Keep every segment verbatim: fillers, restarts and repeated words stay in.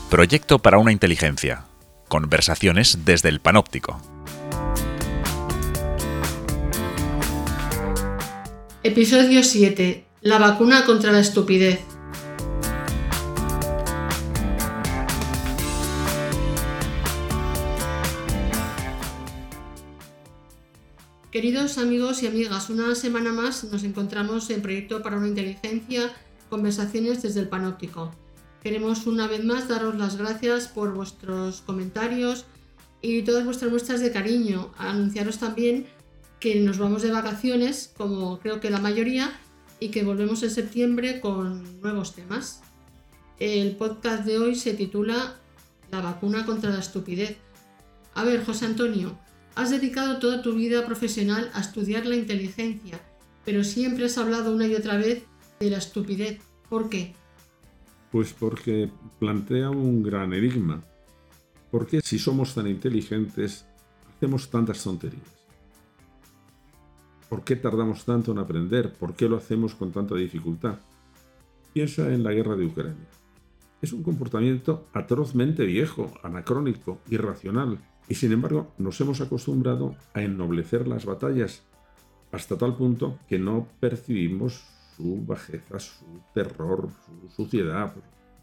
Proyecto para una inteligencia. Conversaciones desde el Panóptico. Episodio siete. La vacuna contra la estupidez. Queridos amigos y amigas, una semana más nos encontramos en Proyecto para una inteligencia, conversaciones desde el Panóptico. Queremos una vez más daros las gracias por vuestros comentarios y todas vuestras muestras de cariño. Anunciaros también que nos vamos de vacaciones, como creo que la mayoría, y que volvemos en septiembre con nuevos temas. El podcast de hoy se titula La vacuna contra la estupidez. A ver, José Antonio, has dedicado toda tu vida profesional a estudiar la inteligencia, pero siempre has hablado una y otra vez de la estupidez. ¿Por qué? Pues porque plantea un gran enigma. ¿Por qué, si somos tan inteligentes, hacemos tantas tonterías? ¿Por qué tardamos tanto en aprender? ¿Por qué lo hacemos con tanta dificultad? Piensa en la guerra de Ucrania. Es un comportamiento atrozmente viejo, anacrónico, irracional, y sin embargo nos hemos acostumbrado a ennoblecer las batallas hasta tal punto que no percibimos su bajeza, su terror, su suciedad.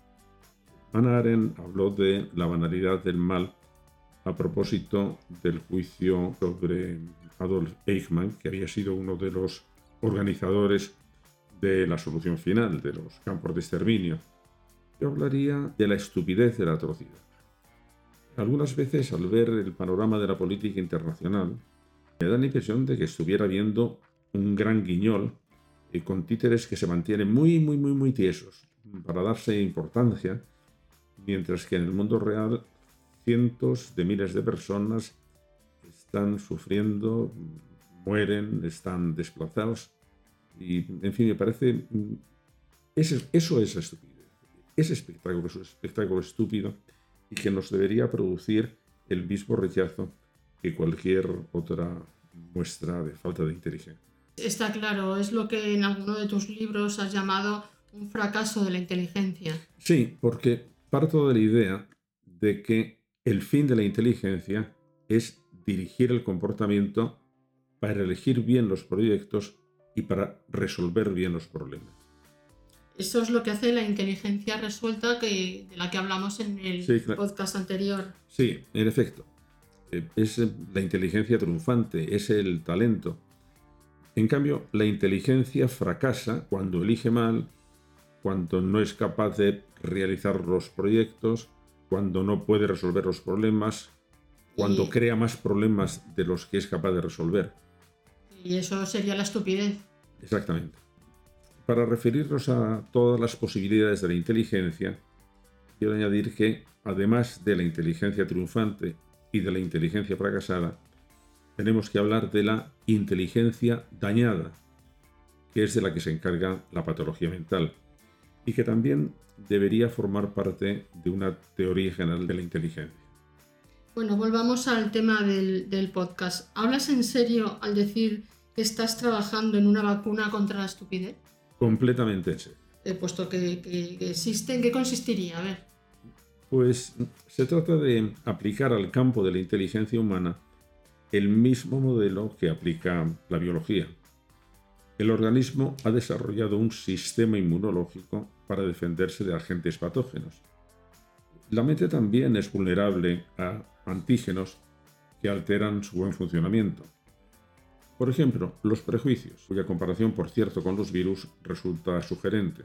Hannah Arendt habló de la banalidad del mal a propósito del juicio sobre Adolf Eichmann, que había sido uno de los organizadores de la solución final, de los campos de exterminio. Yo hablaría de la estupidez de la atrocidad. Algunas veces, al ver el panorama de la política internacional, me da la impresión de que estuviera viendo un gran guiñol eh, con títeres que se mantienen muy, muy, muy, muy tiesos para darse importancia, mientras que en el mundo real cientos de miles de personas están sufriendo, mueren, están desplazados y, en fin, me parece... Eso, eso es la estupidez. Ese espectáculo es un espectáculo estúpido y que nos debería producir el mismo rechazo que cualquier otra muestra de falta de inteligencia. Está claro, es lo que en alguno de tus libros has llamado un fracaso de la inteligencia. Sí, porque parto de la idea de que el fin de la inteligencia es dirigir el comportamiento para elegir bien los proyectos y para resolver bien los problemas. Eso es lo que hace la inteligencia resuelta que, de la que hablamos en el sí, claro. podcast anterior. Sí, en efecto. Es la inteligencia triunfante, es el talento. En cambio, la inteligencia fracasa cuando elige mal, cuando no es capaz de realizar los proyectos, cuando no puede resolver los problemas, cuando y... crea más problemas de los que es capaz de resolver. Y eso sería la estupidez. Exactamente. Para referirnos a todas las posibilidades de la inteligencia, quiero añadir que, además de la inteligencia triunfante y de la inteligencia fracasada, tenemos que hablar de la inteligencia dañada, que es de la que se encarga la patología mental, y que también debería formar parte de una teoría general de la inteligencia. Bueno, volvamos al tema del, del podcast. ¿Hablas en serio al decir que estás trabajando en una vacuna contra la estupidez? Completamente en serio. Eh, puesto que, que, que existe, ¿en qué consistiría? A ver. Pues se trata de aplicar al campo de la inteligencia humana el mismo modelo que aplica la biología. El organismo ha desarrollado un sistema inmunológico para defenderse de agentes patógenos. La mente también es vulnerable a antígenos que alteran su buen funcionamiento. Por ejemplo, los prejuicios, cuya comparación, por cierto, con los virus resulta sugerente.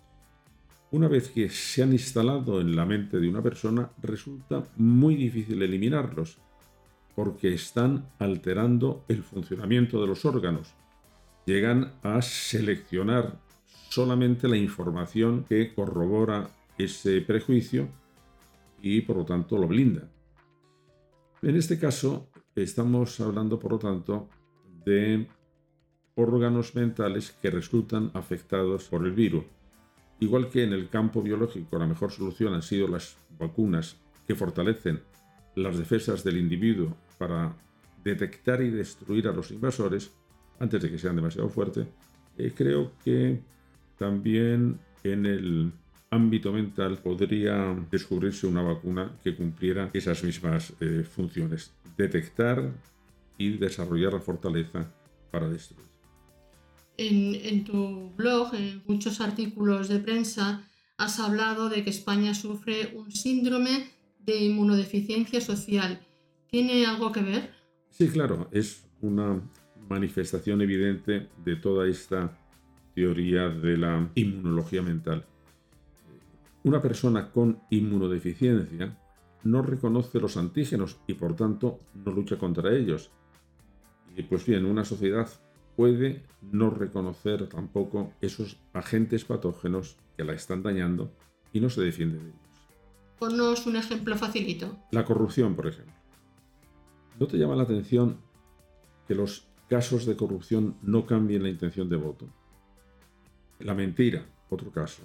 Una vez que se han instalado en la mente de una persona, resulta muy difícil eliminarlos, porque están alterando el funcionamiento de los órganos. Llegan a seleccionar solamente la información que corrobora ese prejuicio y, por lo tanto, lo blinda. En este caso, estamos hablando, por lo tanto, de órganos mentales que resultan afectados por el virus. Igual que en el campo biológico la mejor solución han sido las vacunas que fortalecen las defensas del individuo para detectar y destruir a los invasores antes de que sean demasiado fuertes, eh, creo que también en el ámbito mental podría descubrirse una vacuna que cumpliera esas mismas eh, funciones: detectar y desarrollar la fortaleza para destruir. En, en tu blog, en muchos artículos de prensa, has hablado de que España sufre un síndrome de inmunodeficiencia social. ¿Tiene algo que ver? Sí, claro, es una manifestación evidente de toda esta teoría de la inmunología mental. Una persona con inmunodeficiencia no reconoce los antígenos y por tanto no lucha contra ellos. Y pues bien, una sociedad puede no reconocer tampoco esos agentes patógenos que la están dañando y no se defiende de ellos. Ponnos un ejemplo facilito. La corrupción, por ejemplo. ¿No te llama la atención que los casos de corrupción no cambien la intención de voto? La mentira, otro caso.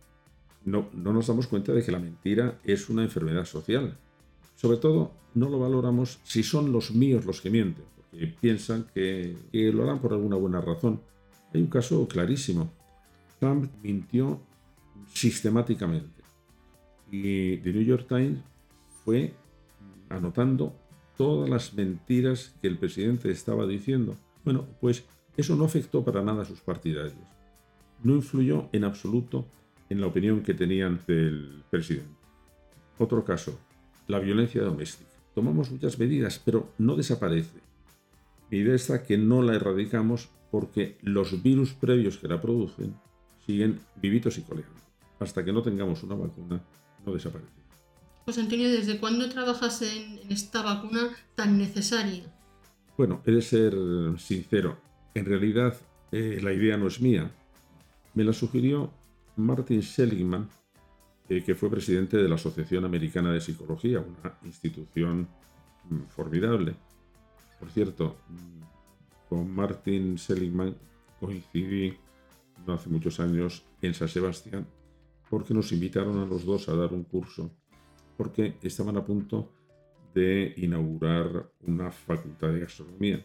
No, no nos damos cuenta de que la mentira es una enfermedad social. Sobre todo, no lo valoramos si son los míos los que mienten, porque piensan que, que lo harán por alguna buena razón. Hay un caso clarísimo. Trump mintió sistemáticamente y The New York Times fue anotando todas las mentiras que el presidente estaba diciendo. Bueno, pues eso no afectó para nada a sus partidarios. No influyó en absoluto en la opinión que tenían del presidente. Otro caso, la violencia doméstica. Tomamos muchas medidas, pero no desaparece. Mi idea está que no la erradicamos porque los virus previos que la producen siguen vivitos y coleando. Hasta que no tengamos una vacuna, no desaparece. Pues Antonio, ¿desde cuándo trabajas en, en esta vacuna tan necesaria? Bueno, he de ser sincero. En realidad, eh, la idea no es mía. Me la sugirió Martin Seligman, eh, que fue presidente de la Asociación Americana de Psicología, una institución mm, formidable. Por cierto, mm, con Martin Seligman coincidí no hace muchos años en San Sebastián porque nos invitaron a los dos a dar un curso, porque estaban a punto de inaugurar una facultad de gastronomía.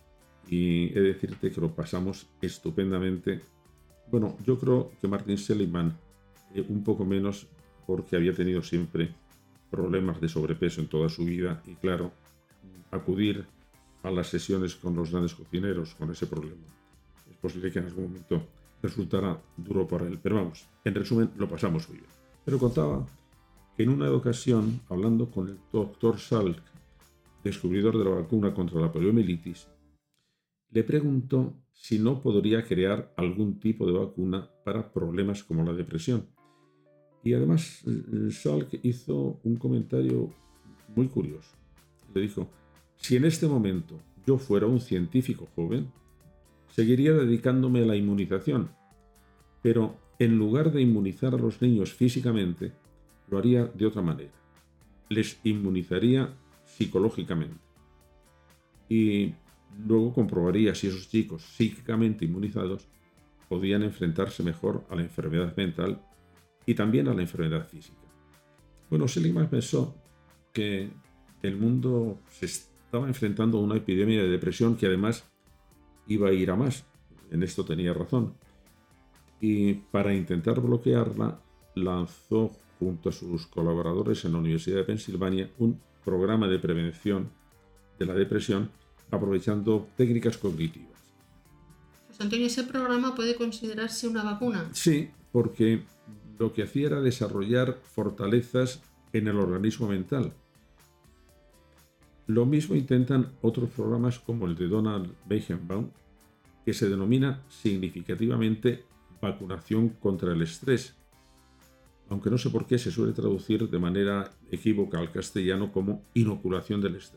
Y he de decirte que lo pasamos estupendamente. Bueno, yo creo que Martin Seligman eh, un poco menos, porque había tenido siempre problemas de sobrepeso en toda su vida y claro, acudir a las sesiones con los grandes cocineros con ese problema es posible que en algún momento resultara duro para él. Pero vamos, en resumen, lo pasamos muy bien. Pero contaba que en una ocasión, hablando con el doctor Salk, descubridor de la vacuna contra la poliomielitis, le preguntó si no podría crear algún tipo de vacuna para problemas como la depresión. Y además Salk hizo un comentario muy curioso. Le dijo: si en este momento yo fuera un científico joven, seguiría dedicándome a la inmunización, pero en lugar de inmunizar a los niños físicamente, lo haría de otra manera. Les inmunizaría psicológicamente. Y luego comprobaría si esos chicos psíquicamente inmunizados podían enfrentarse mejor a la enfermedad mental y también a la enfermedad física. Bueno, Seligman pensó que el mundo se estaba enfrentando a una epidemia de depresión que además iba a ir a más. En esto tenía razón. Y para intentar bloquearla, lanzó junto a sus colaboradores en la Universidad de Pensilvania un programa de prevención de la depresión aprovechando técnicas cognitivas. Pues Antonio, ¿ese programa puede considerarse una vacuna? Sí, porque lo que hacía era desarrollar fortalezas en el organismo mental. Lo mismo intentan otros programas como el de Donald Weihenbaum, que se denomina significativamente vacunación contra el estrés, aunque no sé por qué se suele traducir de manera equívoca al castellano como inoculación del estrés.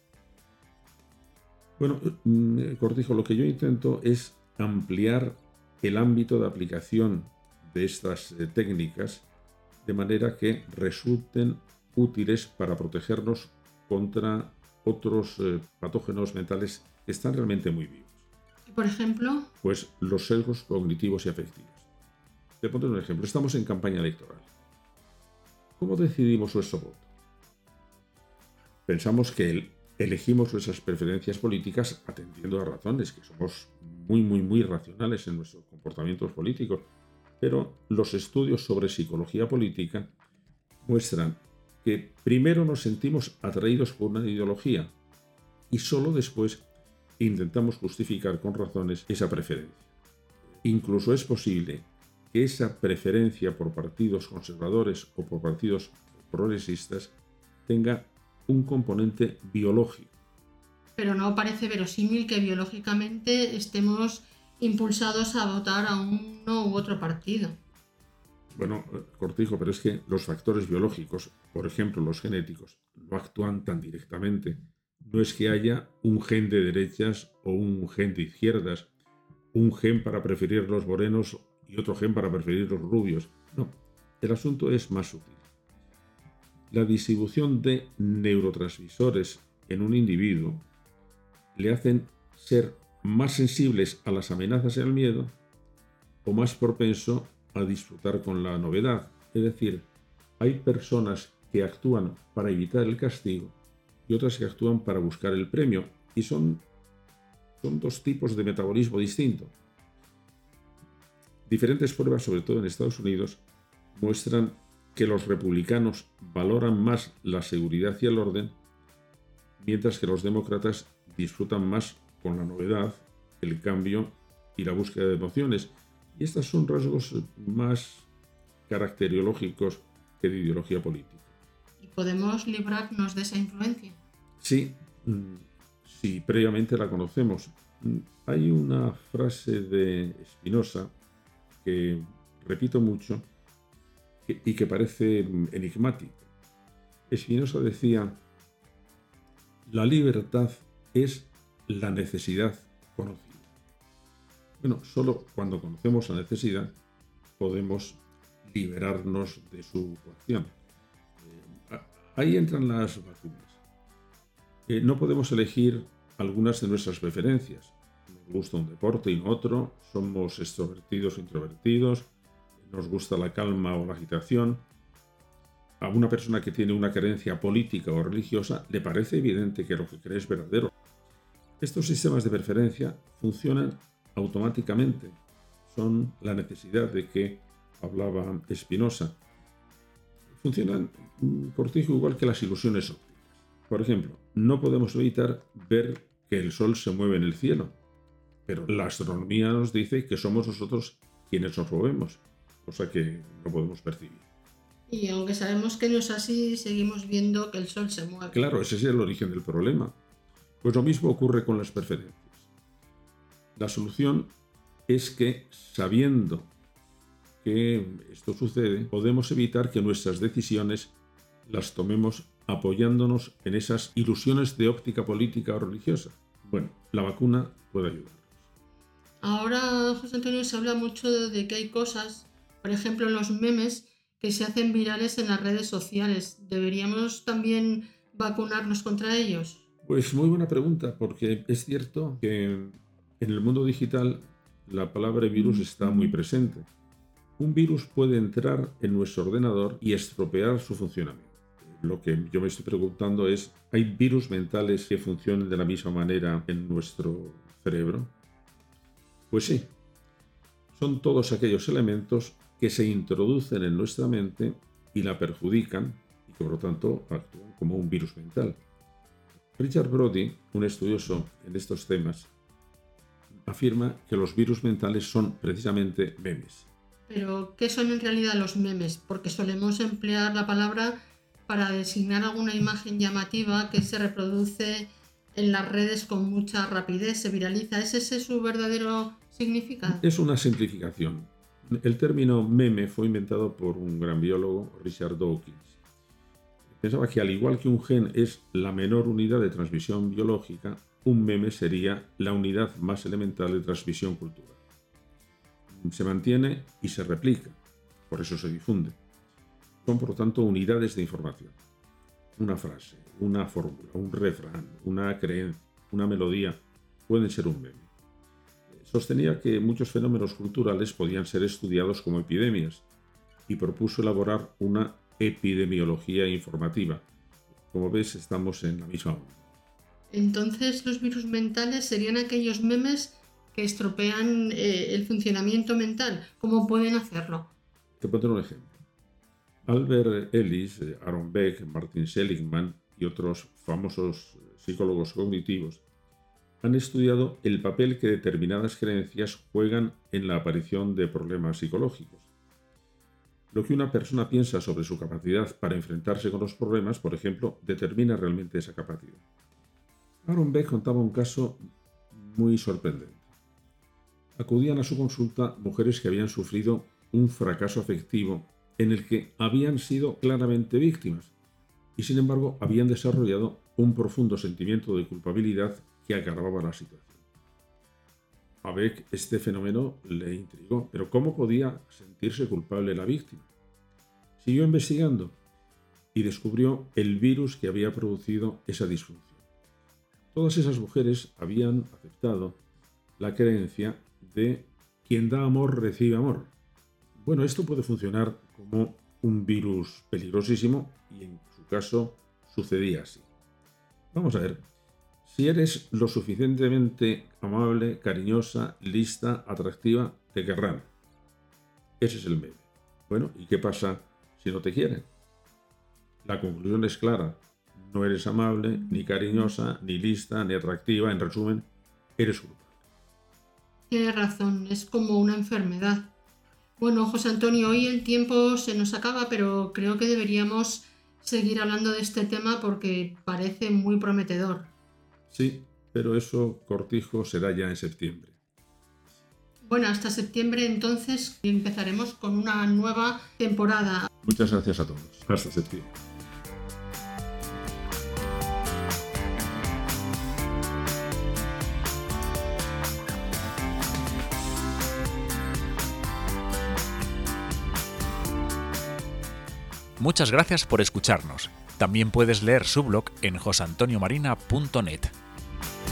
Bueno, cortijo, lo que yo intento es ampliar el ámbito de aplicación de estas eh, técnicas de manera que resulten útiles para protegernos contra otros eh, patógenos mentales que están realmente muy vivos. Por ejemplo, pues los sesgos cognitivos y afectivos. Te pongo un ejemplo. Estamos en campaña electoral. ¿Cómo decidimos nuestro voto? Pensamos que el, elegimos nuestras preferencias políticas atendiendo a razones, que somos muy, muy, muy racionales en nuestros comportamientos políticos. Pero los estudios sobre psicología política muestran que primero nos sentimos atraídos por una ideología y solo después intentamos justificar con razones esa preferencia. Incluso es posible que esa preferencia por partidos conservadores o por partidos progresistas tenga un componente biológico. Pero no parece verosímil que biológicamente estemos impulsados a votar a uno u otro partido. Bueno, Cortijo, pero es que los factores biológicos, por ejemplo los genéticos, no actúan tan directamente. No es que haya un gen de derechas o un gen de izquierdas, un gen para preferir los morenos y otro gen para preferir los rubios. No, el asunto es más sutil. La distribución de neurotransmisores en un individuo le hacen ser más sensibles a las amenazas y al miedo o más propenso a disfrutar con la novedad. Es decir, hay personas que actúan para evitar el castigo y otras que actúan para buscar el premio, y son, son dos tipos de metabolismo distinto. Diferentes pruebas, sobre todo en Estados Unidos, muestran que los republicanos valoran más la seguridad y el orden, mientras que los demócratas disfrutan más con la novedad, el cambio y la búsqueda de emociones. Y estos son rasgos más caracteriológicos que de ideología política. ¿Y podemos librarnos de esa influencia? Sí, sí, previamente la conocemos. Hay una frase de Spinoza que repito mucho y que parece enigmática. Spinoza decía: la libertad es la necesidad conocida. Bueno, solo cuando conocemos la necesidad podemos liberarnos de su coacción. Eh, ahí entran las vacunas. Eh, no podemos elegir algunas de nuestras preferencias. Nos gusta un deporte y no otro, somos extrovertidos o introvertidos, nos gusta la calma o la agitación. A una persona que tiene una creencia política o religiosa le parece evidente que lo que cree es verdadero. Estos sistemas de preferencia funcionan automáticamente. Son la necesidad de que hablaba Spinoza. Funcionan, Cortijo, igual que las ilusiones ópticas. Por ejemplo, no podemos evitar ver que el sol se mueve en el cielo, pero la astronomía nos dice que somos nosotros quienes nos movemos, cosa que no podemos percibir. Y aunque sabemos que no es así, seguimos viendo que el sol se mueve. Claro, ese es el origen del problema. Pues lo mismo ocurre con las preferencias. La solución es que, sabiendo que esto sucede, podemos evitar que nuestras decisiones las tomemos apoyándonos en esas ilusiones de óptica política o religiosa. Bueno, la vacuna puede ayudarnos. Ahora, José Antonio, se habla mucho de que hay cosas, por ejemplo, los memes, que se hacen virales en las redes sociales. ¿Deberíamos también vacunarnos contra ellos? Pues muy buena pregunta, porque es cierto que en el mundo digital la palabra virus está muy presente. Un virus puede entrar en nuestro ordenador y estropear su funcionamiento. Lo que yo me estoy preguntando es, ¿hay virus mentales que funcionen de la misma manera en nuestro cerebro? Pues sí. Son todos aquellos elementos que se introducen en nuestra mente y la perjudican y que por lo tanto actúan como un virus mental. Richard Brody, un estudioso en estos temas, afirma que los virus mentales son precisamente memes. Pero, ¿qué son en realidad los memes? Porque solemos emplear la palabra para designar alguna imagen llamativa que se reproduce en las redes con mucha rapidez, se viraliza. ¿Es ese su verdadero significado? Es una simplificación. El término meme fue inventado por un gran biólogo, Richard Dawkins. Pensaba que al igual que un gen es la menor unidad de transmisión biológica, un meme sería la unidad más elemental de transmisión cultural. Se mantiene y se replica, por eso se difunde. Son, por lo tanto, unidades de información. Una frase, una fórmula, un refrán, una creencia, una melodía, pueden ser un meme. Sostenía que muchos fenómenos culturales podían ser estudiados como epidemias y propuso elaborar una epidemiología informativa. Como ves, estamos en la misma onda. Entonces, los virus mentales serían aquellos memes que estropean eh, el funcionamiento mental. ¿Cómo pueden hacerlo? Te pondré un ejemplo. Albert Ellis, Aaron Beck, Martin Seligman y otros famosos psicólogos cognitivos han estudiado el papel que determinadas creencias juegan en la aparición de problemas psicológicos. Lo que una persona piensa sobre su capacidad para enfrentarse con los problemas, por ejemplo, determina realmente esa capacidad. Aaron Beck contaba un caso muy sorprendente. Acudían a su consulta mujeres que habían sufrido un fracaso afectivo en el que habían sido claramente víctimas y sin embargo habían desarrollado un profundo sentimiento de culpabilidad que agravaba la situación. A Beck este fenómeno le intrigó, pero ¿cómo podía sentirse culpable la víctima? Siguió investigando y descubrió el virus que había producido esa disfunción. Todas esas mujeres habían aceptado la creencia de quien da amor recibe amor. Bueno, esto puede funcionar como un virus peligrosísimo y en su caso sucedía así. Vamos a ver, si eres lo suficientemente amable, cariñosa, lista, atractiva, te querrán. Ese es el meme. Bueno, ¿y qué pasa si no te quieren? La conclusión es clara. No eres amable, ni cariñosa, ni lista, ni atractiva. En resumen, eres culpable. Tienes razón, es como una enfermedad. Bueno, José Antonio, hoy el tiempo se nos acaba, pero creo que deberíamos seguir hablando de este tema porque parece muy prometedor. Sí, pero eso, Cortijo, será ya en septiembre. Bueno, hasta septiembre entonces empezaremos con una nueva temporada. Muchas gracias a todos. Hasta septiembre. Muchas gracias por escucharnos. También puedes leer su blog en jose antonio marina punto net.